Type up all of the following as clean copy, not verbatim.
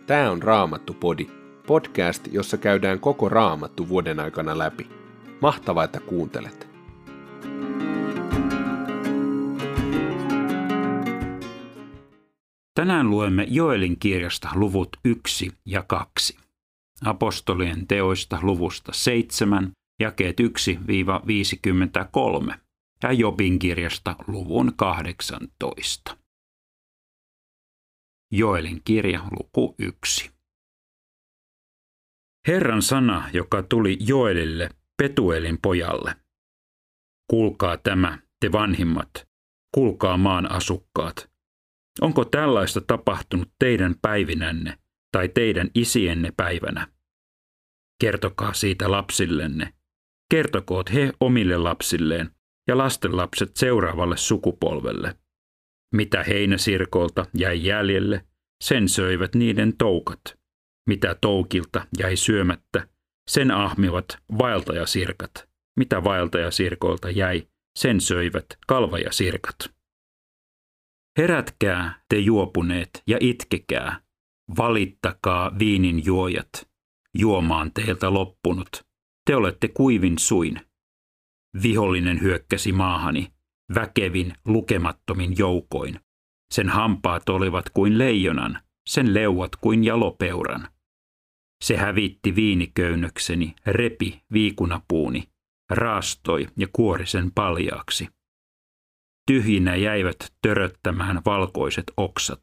Tää on Raamattu-podi, podcast, jossa käydään koko Raamattu vuoden aikana läpi. Mahtavaa, että kuuntelet! Tänään luemme Joelin kirjasta luvut 1 ja 2. Apostolien teoista luvusta 7, jakeet 1-53 ja Jobin kirjasta luvun 18. Joelin kirja luku 1. Herran sana, joka tuli Joelille, Petuelin pojalle. Kuulkaa tämä, te vanhimmat, kuulkaa maan asukkaat. Onko tällaista tapahtunut teidän päivinänne tai teidän isienne päivänä? Kertokaa siitä lapsillenne. Kertokoot he omille lapsilleen ja lastenlapset seuraavalle sukupolvelle. Mitä heinäsirkolta jäi jäljelle, sen söivät niiden toukat. Mitä toukilta jäi syömättä, sen ahmivat vaeltajasirkat. Mitä vaeltajasirkoilta jäi, sen söivät kalvajasirkat. Herätkää, te juopuneet, ja itkekää. Valittakaa viinin juojat. Juomaan teiltä loppunut. Te olette kuivin suin. Vihollinen hyökkäsi maahani, väkevin lukemattomin joukoin. Sen hampaat olivat kuin leijonan, sen leuat kuin jalopeuran. Se hävitti viiniköynnökseni, repi viikunapuuni, raastoi ja kuori sen paljaaksi. Tyhjinä jäivät töröttämään valkoiset oksat.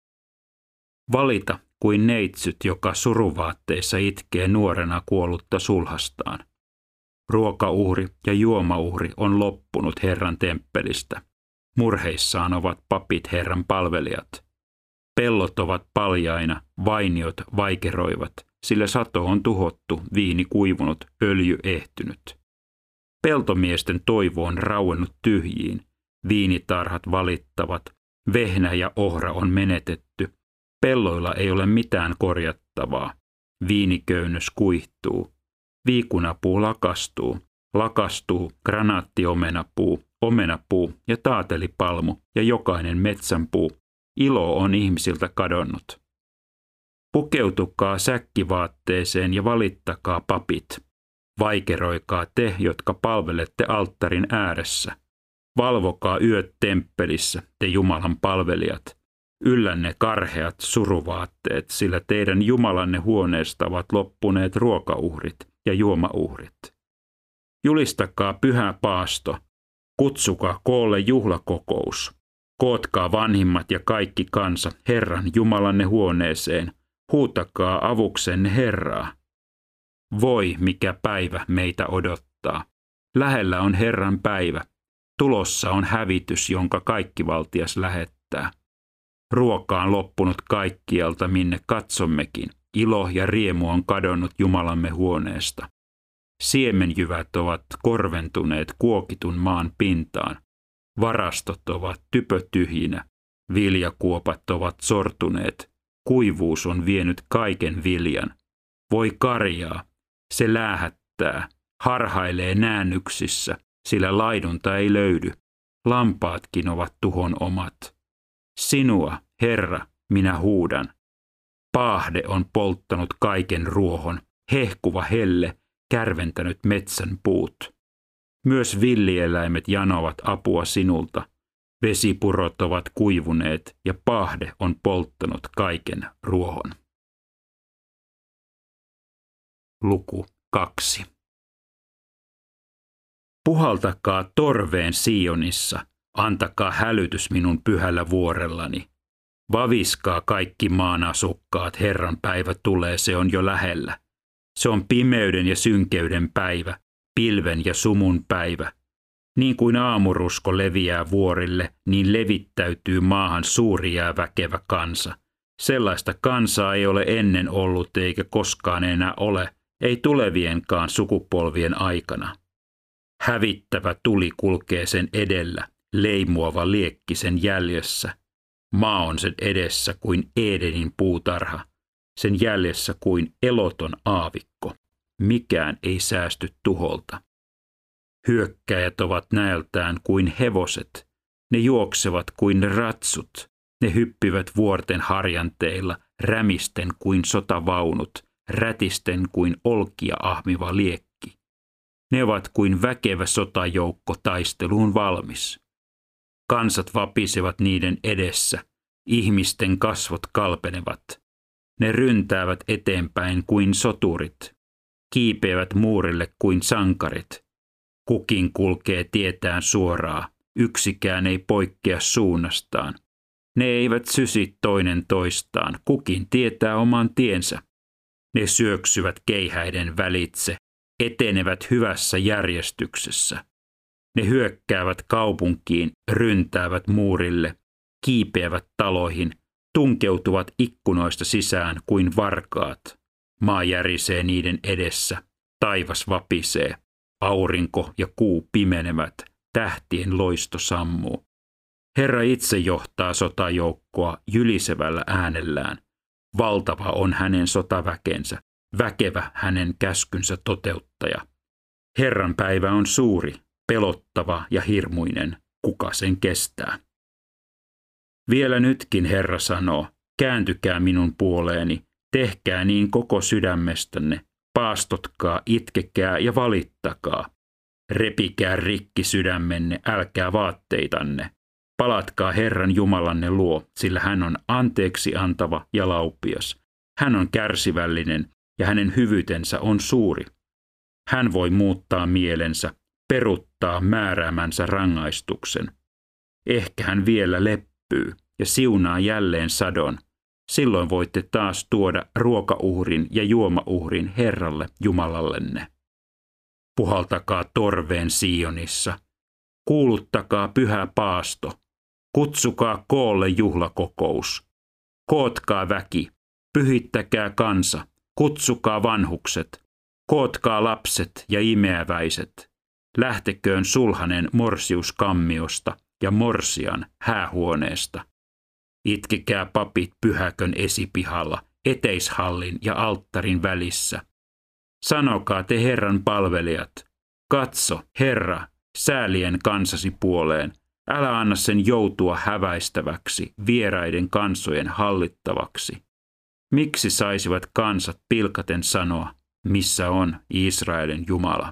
Valita kuin neitsyt, joka suruvaatteissa itkee nuorena kuollutta sulhastaan. Ruokauhri ja juomauhri on loppunut Herran temppelistä. Murheissaan ovat papit Herran palvelijat. Pellot ovat paljaina, vainiot vaikeroivat, sillä sato on tuhottu, viini kuivunut, öljy ehtynyt. Peltomiesten toivo on rauennut tyhjiin, viinitarhat valittavat, vehnä ja ohra on menetetty, pelloilla ei ole mitään korjattavaa, viiniköynnös kuihtuu, viikunapuu lakastuu granaattiomenapuu, omenapuu ja taatelipalmu ja jokainen metsänpuu. Ilo on ihmisiltä kadonnut. Pukeutukaa säkkivaatteeseen ja valittakaa papit. Vaikeroikaa te, jotka palvelette alttarin ääressä. Valvokaa yöt temppelissä, te Jumalan palvelijat. Yllänne karheat suruvaatteet, sillä teidän Jumalanne huoneesta ovat loppuneet ruokauhrit ja juomauhrit. Julistakaa pyhä paasto. Kutsukaa koolle juhlakokous. Kootkaa vanhimmat ja kaikki kansa Herran Jumalanne huoneeseen. Huutakaa avuksenne Herraa. Voi, mikä päivä meitä odottaa. Lähellä on Herran päivä. Tulossa on hävitys, jonka kaikkivaltias lähettää. Ruoka on loppunut kaikkialta, minne katsommekin. Ilo ja riemu on kadonnut Jumalamme huoneesta. Siemenjyvät ovat korventuneet kuokitun maan pintaan. Varastot ovat typötyhjinä. Viljakuopat ovat sortuneet. Kuivuus on vienyt kaiken viljan. Voi karjaa. Se läähättää. Harhailee näännyksissä, sillä laidunta ei löydy. Lampaatkin ovat tuhon omat. Sinua, Herra, minä huudan. Paahde on polttanut kaiken ruohon. Hehkuva helle, kärventänyt metsän puut. Myös villieläimet janovat apua sinulta. Vesipurot ovat kuivuneet ja paahde on polttanut kaiken ruohon. Luku 2. Puhaltakaa torveen Sionissa, antakaa hälytys minun pyhällä vuorellani. Vaviskaa kaikki maan asukkaat, Herran päivä tulee, se on jo lähellä. Se on pimeyden ja synkeyden päivä, pilven ja sumun päivä. Niin kuin aamurusko leviää vuorille, niin levittäytyy maahan suuri ja väkevä kansa. Sellaista kansaa ei ole ennen ollut eikä koskaan enää ole, ei tulevienkaan sukupolvien aikana. Hävittävä tuli kulkee sen edellä, leimuava liekki sen jäljessä. Maa on sen edessä kuin Edenin puutarha, sen jäljessä kuin eloton aavikko. Mikään ei säästy tuholta. Hyökkäjät ovat näöltään kuin hevoset. Ne juoksevat kuin ratsut. Ne hyppivät vuorten harjanteilla, rämisten kuin sotavaunut, rätisten kuin olkia ahmiva liekki. Ne ovat kuin väkevä sotajoukko taisteluun valmis. Kansat vapisevat niiden edessä, ihmisten kasvot kalpenevat. Ne ryntäävät eteenpäin kuin soturit, kiipeävät muurille kuin sankarit. Kukin kulkee tietään suoraa, yksikään ei poikkea suunnastaan. Ne eivät sysi toinen toistaan, kukin tietää oman tiensä. Ne syöksyvät keihäiden välitse, etenevät hyvässä järjestyksessä. Ne hyökkäävät kaupunkiin, ryntäävät muurille, kiipeävät taloihin, tunkeutuvat ikkunoista sisään kuin varkaat. Maa järisee niiden edessä, taivas vapisee, aurinko ja kuu pimenevät, tähtien loisto sammuu. Herra itse johtaa sotajoukkoa jylisevällä äänellään. Valtava on hänen sotaväkensä, väkevä hänen käskynsä toteuttaja. Herran päivä on suuri, pelottava ja hirmuinen, kuka sen kestää. Vielä nytkin Herra sanoo, kääntykää minun puoleeni, tehkää niin koko sydämestänne, paastotkaa, itkekää ja valittakaa. Repikää rikki sydämenne, älkää vaatteitanne. Palatkaa Herran Jumalanne luo, sillä hän on anteeksi antava ja laupias. Hän on kärsivällinen ja hänen hyvyytensä on suuri. Hän voi muuttaa mielensä, peruuttaa määräämänsä rangaistuksen. Ehkä hän vielä leppyy ja siunaa jälleen sadon. Silloin voitte taas tuoda ruokauhrin ja juomauhrin Herralle Jumalallenne. Puhaltakaa torveen Sionissa. Kuuluttakaa pyhä paasto. Kutsukaa koolle juhlakokous. Kootkaa väki. Pyhittäkää kansa. Kutsukaa vanhukset. Kootkaa lapset ja imeäväiset. Lähteköön sulhanen morsiuskammiosta ja morsian häähuoneesta. Itkekää papit pyhäkön esipihalla, eteishallin ja alttarin välissä. Sanokaa te Herran palvelijat, katso, Herra, säälien kansasi puoleen, älä anna sen joutua häväistäväksi, vieraiden kansojen hallittavaksi. Miksi saisivat kansat pilkaten sanoa, missä on Israelin Jumala?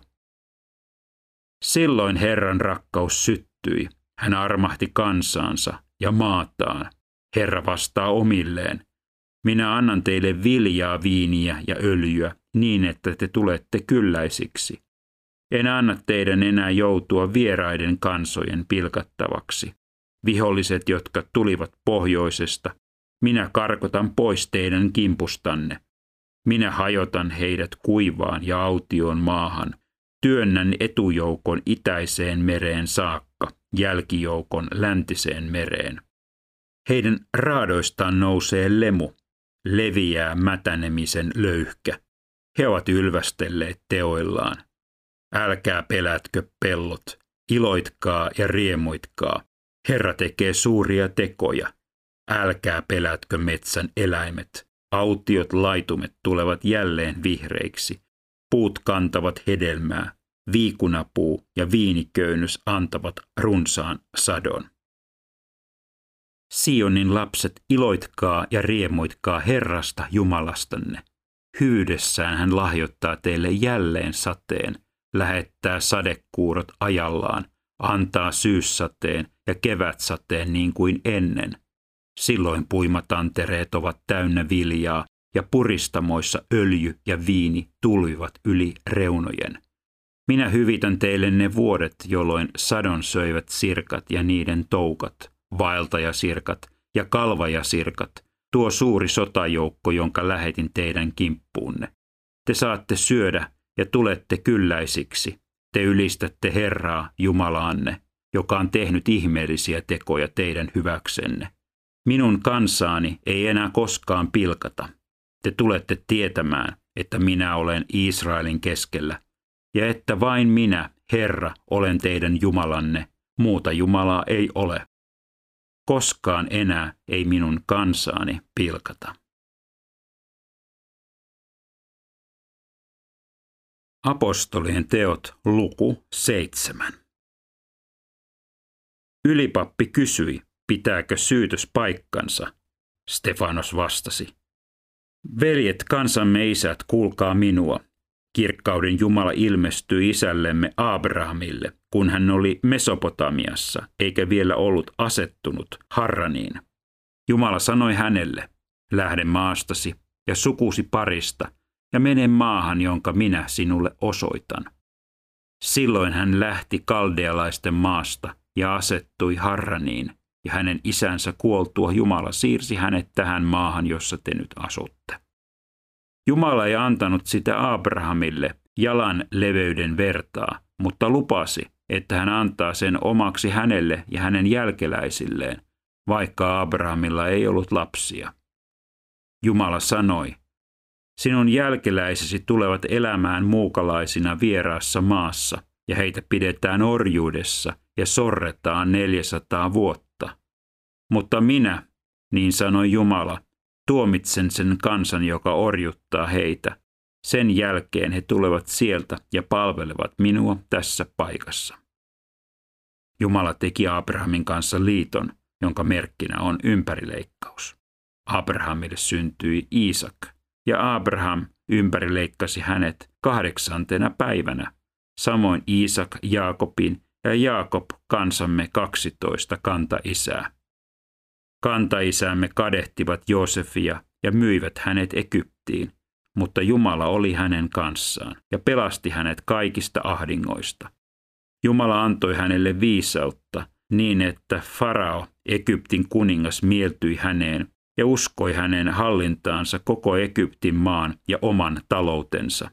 Silloin Herran rakkaus syttyi, hän armahti kansaansa ja maataan. Herra vastaa omilleen. Minä annan teille viljaa, viiniä ja öljyä niin, että te tulette kylläisiksi. En anna teidän enää joutua vieraiden kansojen pilkattavaksi. Viholliset, jotka tulivat pohjoisesta, minä karkotan pois teidän kimpustanne. Minä hajotan heidät kuivaan ja autioon maahan. Työnnän etujoukon itäiseen mereen saakka, jälkijoukon läntiseen mereen. Heidän raadoistaan nousee lemu, leviää mätänemisen löyhkä. He ovat ylvästelleet teoillaan. Älkää pelätkö pellot, iloitkaa ja riemuitkaa. Herra tekee suuria tekoja. Älkää pelätkö metsän eläimet. Autiot laitumet tulevat jälleen vihreiksi. Puut kantavat hedelmää. Viikunapuu ja viiniköynnys antavat runsaan sadon. Sionin lapset, iloitkaa ja riemuitkaa Herrasta Jumalastanne. Hyvyydessään hän lahjoittaa teille jälleen sateen, lähettää sadekuurot ajallaan, antaa syyssateen ja kevätsateen niin kuin ennen. Silloin puimatantereet ovat täynnä viljaa ja puristamoissa öljy ja viini tulvivat yli reunojen. Minä hyvitän teille ne vuodet, jolloin sadon söivät sirkat ja niiden toukat, vaeltajasirkat ja kalvajasirkat, tuo suuri sotajoukko, jonka lähetin teidän kimppuunne. Te saatte syödä ja tulette kylläisiksi. Te ylistätte Herraa, Jumalaanne, joka on tehnyt ihmeellisiä tekoja teidän hyväksenne. Minun kansaani ei enää koskaan pilkata. Te tulette tietämään, että minä olen Israelin keskellä, ja että vain minä, Herra, olen teidän Jumalanne, muuta Jumalaa ei ole. Koskaan enää ei minun kansaani pilkata. Apostolien teot luku 7. Ylipappi kysyi, pitääkö syytös paikkansa. Stefanos vastasi, Veljet, kansamme isät, kuulkaa minua. Kirkkauden Jumala ilmestyi isällemme Abrahamille, kun hän oli Mesopotamiassa, eikä vielä ollut asettunut Harraniin. Jumala sanoi hänelle, lähde maastasi ja sukusi parista ja mene maahan, jonka minä sinulle osoitan. Silloin hän lähti kaldealaisten maasta ja asettui Harraniin, ja hänen isänsä kuoltua Jumala siirsi hänet tähän maahan, jossa te nyt asutte. Jumala ei antanut sitä Abrahamille jalan leveyden vertaa, mutta lupasi, että hän antaa sen omaksi hänelle ja hänen jälkeläisilleen, vaikka Abrahamilla ei ollut lapsia. Jumala sanoi, sinun jälkeläisesi tulevat elämään muukalaisina vieraassa maassa, ja heitä pidetään orjuudessa ja sorretaan 400 vuotta. Mutta minä, niin sanoi Jumala, tuomitsen sen kansan, joka orjuttaa heitä. Sen jälkeen he tulevat sieltä ja palvelevat minua tässä paikassa. Jumala teki Abrahamin kanssa liiton, jonka merkkinä on ympärileikkaus. Abrahamille syntyi Iisak, ja Abraham ympärileikkasi hänet 8. päivänä. Samoin Iisak Jaakobin ja Jaakob kansamme 12 kantaisää. Kantaisämme kadehtivat Joosefia ja myivät hänet Egyptiin, mutta Jumala oli hänen kanssaan ja pelasti hänet kaikista ahdingoista. Jumala antoi hänelle viisautta niin, että Farao, Egyptin kuningas, mieltyi häneen ja uskoi hänen hallintaansa koko Egyptin maan ja oman taloutensa.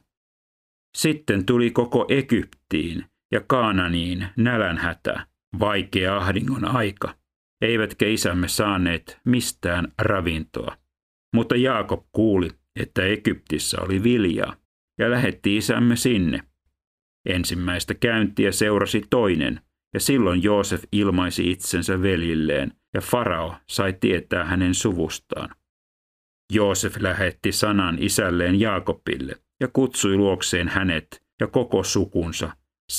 Sitten tuli koko Egyptiin ja Kaananiin nälänhätä, vaikea ahdingon aika. Eivätkä isämme saaneet mistään ravintoa. Mutta Jaakob kuuli, että Egyptissä oli viljaa, ja lähetti isämme sinne. Ensimmäistä käyntiä seurasi toinen, ja silloin Joosef ilmaisi itsensä veljilleen, ja Farao sai tietää hänen suvustaan. Joosef lähetti sanan isälleen Jaakobille, ja kutsui luokseen hänet ja koko sukunsa,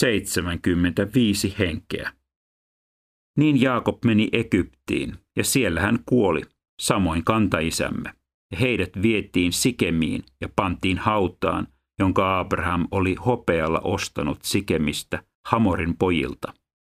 75 henkeä. Niin Jaakob meni Egyptiin, ja siellä hän kuoli, samoin kantaisämme. Ja heidät vietiin Sikemiin ja pantiin hautaan, jonka Abraham oli hopealla ostanut Sikemistä Hamorin pojilta.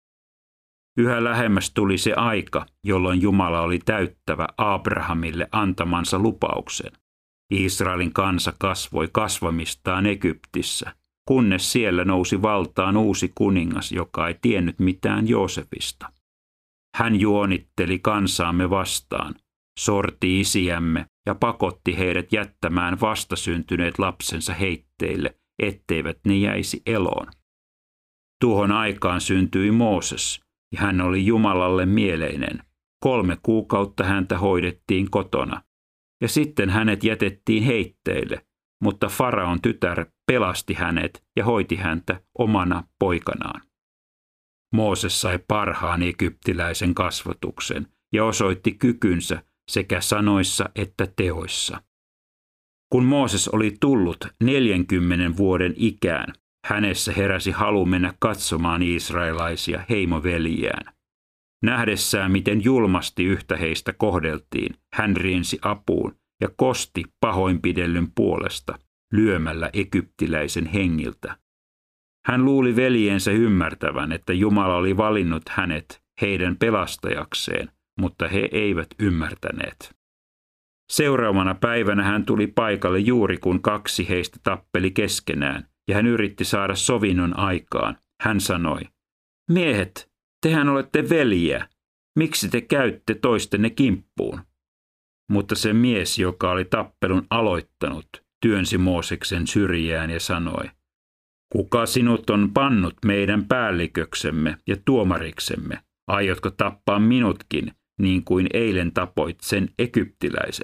Yhä lähemmäs tuli se aika, jolloin Jumala oli täyttävä Abrahamille antamansa lupauksen. Israelin kansa kasvoi kasvamistaan Egyptissä, kunnes siellä nousi valtaan uusi kuningas, joka ei tiennyt mitään Joosefista. Hän juonitteli kansaamme vastaan, sorti isiämme ja pakotti heidät jättämään vastasyntyneet lapsensa heitteille, etteivät ne jäisi eloon. Tuohon aikaan syntyi Mooses, ja hän oli Jumalalle mieleinen. 3 kuukautta häntä hoidettiin kotona, ja sitten hänet jätettiin heitteille, mutta Faraon tytär pelasti hänet ja hoiti häntä omana poikanaan. Mooses sai parhaan egyptiläisen kasvatuksen ja osoitti kykynsä sekä sanoissa että teoissa. Kun Mooses oli tullut 40 vuoden ikään, hänessä heräsi halu mennä katsomaan israelaisia heimoveljiään. Nähdessään, miten julmasti yhtä heistä kohdeltiin, hän riensi apuun ja kosti pahoinpidellyn puolesta lyömällä egyptiläisen hengiltä. Hän luuli veljensä ymmärtävän, että Jumala oli valinnut hänet heidän pelastajakseen, mutta he eivät ymmärtäneet. Seuraavana päivänä hän tuli paikalle juuri kun 2 heistä tappeli keskenään, ja hän yritti saada sovinnon aikaan. Hän sanoi, miehet, tehän olette veljiä, miksi te käytte toistenne kimppuun? Mutta se mies, joka oli tappelun aloittanut, työnsi Mooseksen syrjään ja sanoi, kuka sinut on pannut meidän päälliköksemme ja tuomariksemme? Aiotko tappaa minutkin, niin kuin eilen tapoit sen egyptiläisen?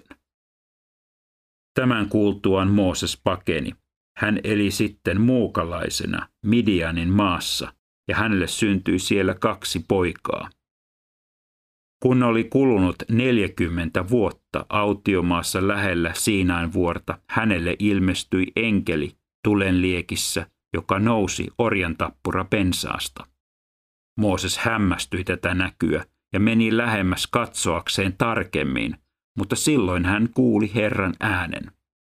Tämän kuultuaan Mooses pakeni. Hän eli sitten muukalaisena Midianin maassa, ja hänelle syntyi siellä 2 poikaa. Kun oli kulunut 40 vuotta autiomaassa lähellä Siinain vuorta, hänelle ilmestyi enkeli tulenliekissä, joka nousi orjantappura pensaasta. Mooses hämmästyi tätä näkyä ja meni lähemmäs katsoakseen tarkemmin, mutta silloin hän kuuli Herran äänen.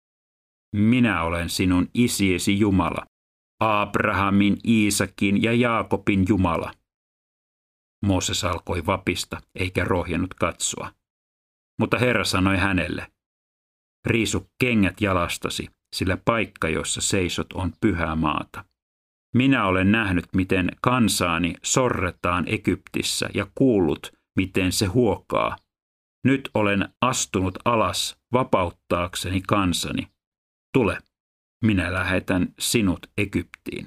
minä olen sinun isiesi Jumala, Abrahamin, Iisakin ja Jaakobin Jumala. Mooses alkoi vapista, eikä rohjennut katsoa. Mutta Herra sanoi hänelle, riisu kengät jalastasi, sillä paikka, jossa seisot, on pyhää maata. Minä olen nähnyt, miten kansaani sorretaan Egyptissä ja kuullut, miten se huokaa. Nyt olen astunut alas vapauttaakseni kansani. Tule, minä lähetän sinut Egyptiin.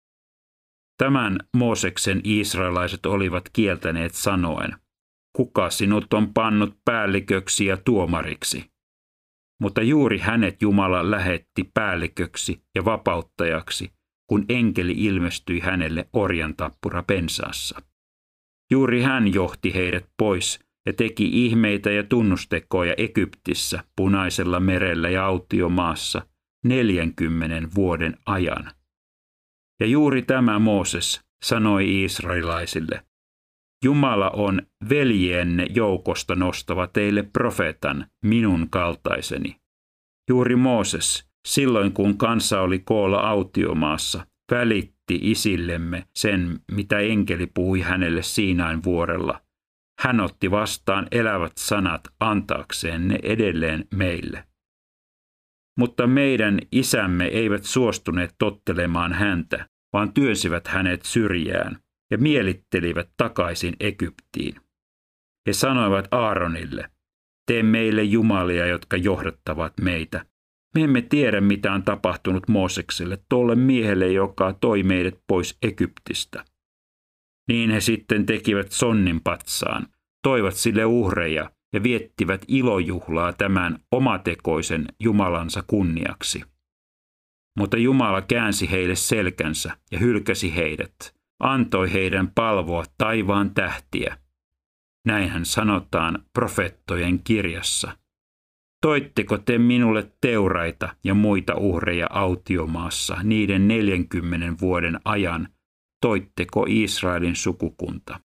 Tämän Mooseksen israelaiset olivat kieltäneet sanoen, kuka sinut on pannut päälliköksi ja tuomariksi? Mutta juuri hänet Jumala lähetti päälliköksi ja vapauttajaksi, kun enkeli ilmestyi hänelle orjantappura pensaassa. Juuri hän johti heidät pois ja teki ihmeitä ja tunnustekoja Egyptissä, Punaisella merellä ja autiomaassa 40 vuoden ajan. Ja juuri tämä Mooses sanoi israelaisille, Jumala on veljienne joukosta nostava teille profeetan, minun kaltaiseni. Juuri Mooses, silloin kun kansa oli koolla autiomaassa, välitti isillemme sen, mitä enkeli puhui hänelle Siinain vuorella. Hän otti vastaan elävät sanat antaakseen ne edelleen meille. Mutta meidän isämme eivät suostuneet tottelemaan häntä, vaan työnsivät hänet syrjään ja mielittelivät takaisin Egyptiin. He sanoivat Aaronille, tee meille jumalia, jotka johdattavat meitä. Me emme tiedä, mitä on tapahtunut Moosekselle, tuolle miehelle, joka toi meidät pois Egyptistä. Niin he sitten tekivät sonninpatsaan, toivat sille uhreja ja viettivät ilojuhlaa tämän omatekoisen Jumalansa kunniaksi. Mutta Jumala käänsi heille selkänsä ja hylkäsi heidät, antoi heidän palvoa taivaan tähtiä. Näinhän sanotaan profeettojen kirjassa. Toitteko te minulle teuraita ja muita uhreja autiomaassa niiden 40 vuoden ajan? Toitteko Israelin sukukunta?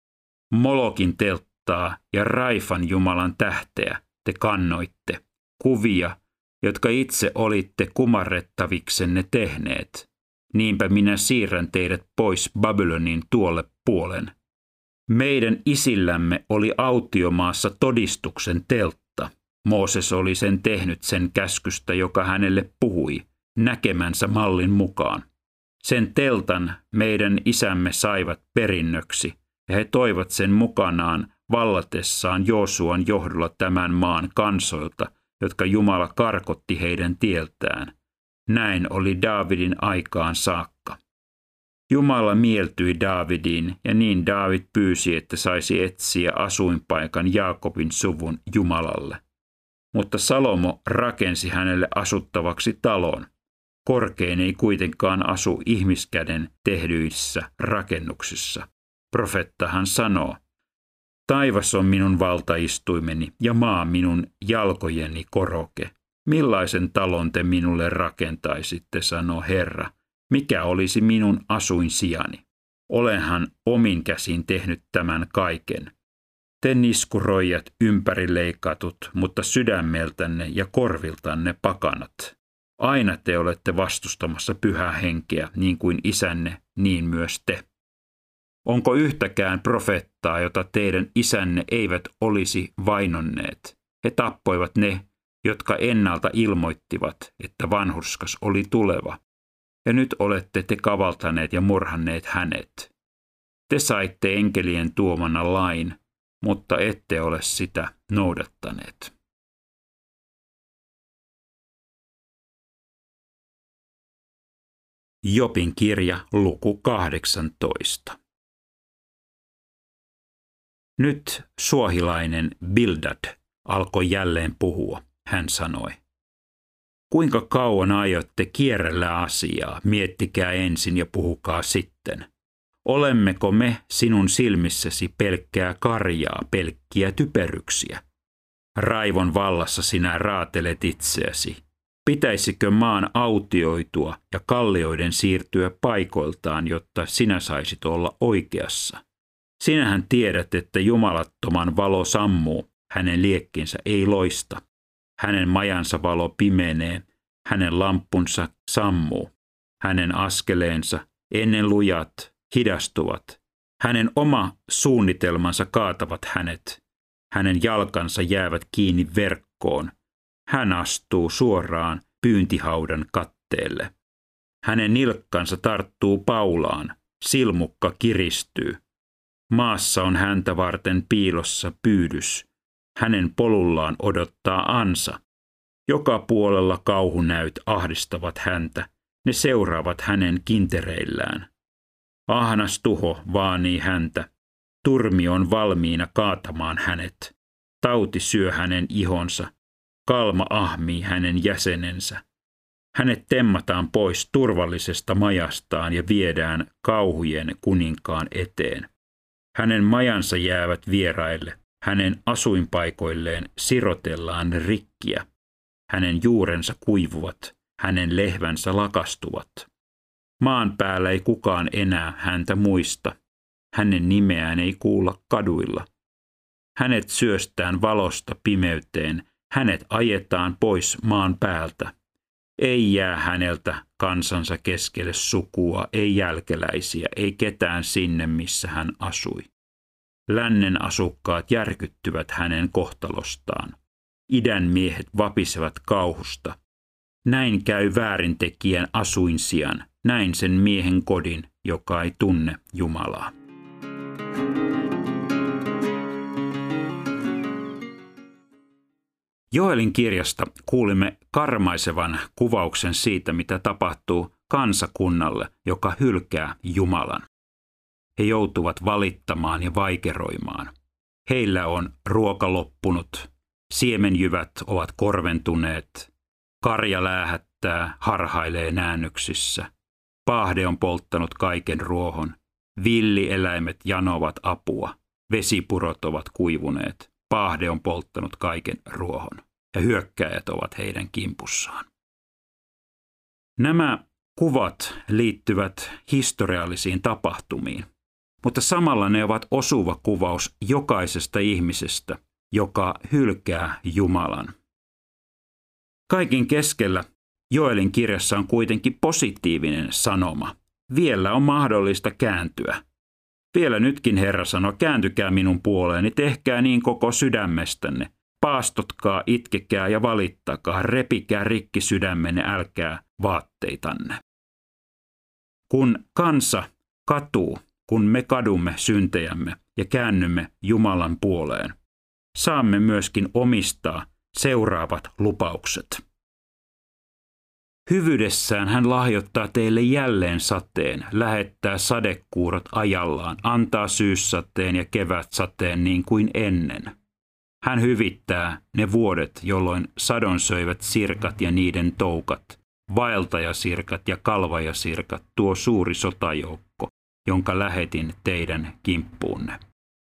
Molokin telttaa ja Raifan Jumalan tähteä te kannoitte, kuvia, jotka itse olitte kumarrettaviksenne tehneet. Niinpä minä siirrän teidät pois Babylonin tuolle puolen. Meidän isillämme oli autiomaassa todistuksen teltta. Mooses oli sen tehnyt sen käskystä, joka hänelle puhui, näkemänsä mallin mukaan. Sen teltan meidän isämme saivat perinnöksi, ja he toivat sen mukanaan vallatessaan Joosuan johdolla tämän maan kansoilta, jotka Jumala karkotti heidän tieltään. Näin oli Daavidin aikaan saakka. Jumala mieltyi Daavidiin, ja niin Daavid pyysi, että saisi etsiä asuinpaikan Jaakobin suvun Jumalalle. Mutta Salomo rakensi hänelle asuttavaksi talon. Korkein ei kuitenkaan asu ihmiskäden tehdyissä rakennuksissa. Profeettahan sanoo, taivas on minun valtaistuimeni ja maa minun jalkojeni koroke. Millaisen talon te minulle rakentaisitte, sanoo Herra. Mikä olisi minun asuinsijani? Olenhan omin käsin tehnyt tämän kaiken. Te niskuroijat ympärileikatut, mutta sydämeltänne ja korviltanne pakanat. Aina te olette vastustamassa pyhää henkeä, niin kuin isänne, niin myös te. Onko yhtäkään profeettaa, jota teidän isänne eivät olisi vainonneet? He tappoivat ne, jotka ennalta ilmoittivat, että vanhurskas oli tuleva. Ja nyt olette te kavaltaneet ja murhanneet hänet. Te saitte enkelien tuomana lain, mutta ette ole sitä noudattaneet. Jobin kirja, luku 18. Nyt suohilainen Bildad alkoi jälleen puhua. Hän sanoi, kuinka kauan aiotte kierrellä asiaa, miettikää ensin ja puhukaa sitten. Olemmeko me sinun silmissäsi pelkkää karjaa, pelkkiä typeryksiä? Raivon vallassa sinä raatelet itseäsi. Pitäisikö maan autioitua ja kallioiden siirtyä paikoiltaan, jotta sinä saisit olla oikeassa? Sinähän tiedät, että jumalattoman valo sammuu, hänen liekkinsä ei loista. Hänen majansa valo pimenee, Hänen lampunsa sammuu. Hänen askeleensa ennen lujat hidastuvat. Hänen oma suunnitelmansa kaatavat hänet. Hänen jalkansa jäävät kiinni verkkoon. Hän astuu suoraan pyyntihaudan katteelle. Hänen nilkkansa tarttuu paulaan. Silmukka kiristyy. Maassa on häntä varten piilossa pyydys. Hänen polullaan odottaa ansa. Joka puolella kauhunäyt ahdistavat häntä. Ne seuraavat hänen kintereillään. Ahnas tuho vaanii häntä. Turmi on valmiina kaatamaan hänet. Tauti syö hänen ihonsa. Kalma ahmii hänen jäsenensä. Hänet temmataan pois turvallisesta majastaan ja viedään kauhujen kuninkaan eteen. Hänen majansa jäävät vieraille. Hänen asuinpaikoilleen sirotellaan rikkiä. Hänen juurensa kuivuvat. Hänen lehvänsä lakastuvat. Maan päällä ei kukaan enää häntä muista. Hänen nimeään ei kuulla kaduilla. Hänet syöstään valosta pimeyteen. Hänet ajetaan pois maan päältä. Ei jää häneltä kansansa keskelle sukua, ei jälkeläisiä, ei ketään sinne, missä hän asui. Lännen asukkaat järkyttyvät hänen kohtalostaan. Idän miehet vapisevat kauhusta. Näin käy väärintekijän asuinsijan, näin sen miehen kodin, joka ei tunne Jumalaa. Joelin kirjasta kuulimme karmaisevan kuvauksen siitä, mitä tapahtuu kansakunnalle, joka hylkää Jumalan. He joutuvat valittamaan ja vaikeroimaan. Heillä on ruoka loppunut, siemenjyvät ovat korventuneet, karja läähättää, harhailee näännyksissä, paahde on polttanut kaiken ruohon, villieläimet janovat apua, vesipurot ovat kuivuneet, paahde on polttanut kaiken ruohon ja hyökkääjät ovat heidän kimpussaan. Nämä kuvat liittyvät historiallisiin tapahtumiin, mutta samalla ne ovat osuva kuvaus jokaisesta ihmisestä, joka hylkää Jumalan. Kaikin keskellä Joelin kirjassa on kuitenkin positiivinen sanoma. Vielä on mahdollista kääntyä. Vielä nytkin Herra sanoo, kääntykää minun puoleeni, tehkää niin koko sydämestänne. Paastotkaa, itkekää ja valittakaa, repikää rikki sydämenne, älkää vaatteitanne. Kun kansa katuu, kun me kadumme syntejämme ja käännymme Jumalan puoleen, saamme myöskin omistaa seuraavat lupaukset. Hyvyydessään hän lahjoittaa teille jälleen sateen, lähettää sadekuurot ajallaan, antaa syyssateen ja kevätsateen niin kuin ennen. Hän hyvittää ne vuodet, jolloin sadon söivät sirkat ja niiden toukat, vaeltajasirkat ja kalvajasirkat, tuo suuri sotajoukko, jonka lähetin teidän kimppuunne.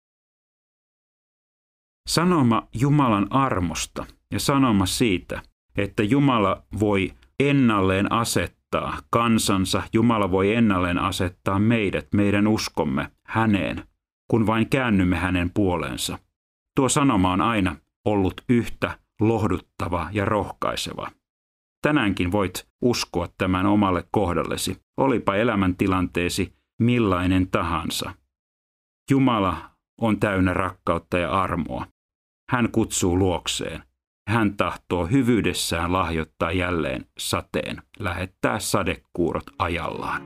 Sanoma Jumalan armosta ja sanoma siitä, että Jumala voi ennalleen asettaa kansansa, Jumala voi ennalleen asettaa meidät, meidän uskomme häneen, kun vain käännymme hänen puoleensa. Tuo sanoma on aina ollut yhtä lohduttava ja rohkaiseva. Tänäänkin voit uskoa tämän omalle kohdallesi, olipa elämäntilanteesi millainen tahansa. Jumala on täynnä rakkautta ja armoa. Hän kutsuu luokseen. Hän tahtoo hyvyydessään lahjoittaa jälleen sateen, lähettää sadekuurot ajallaan.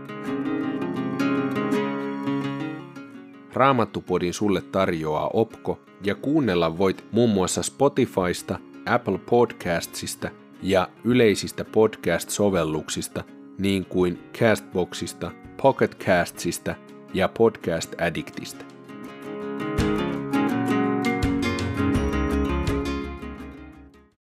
Raamattupodin sulle tarjoaa Opko ja kuunnella voit muun muassa Spotifysta, Apple Podcastsista ja yleisistä podcast-sovelluksista niin kuin Castboxista, Pocket Castsista ja Podcast Addictista.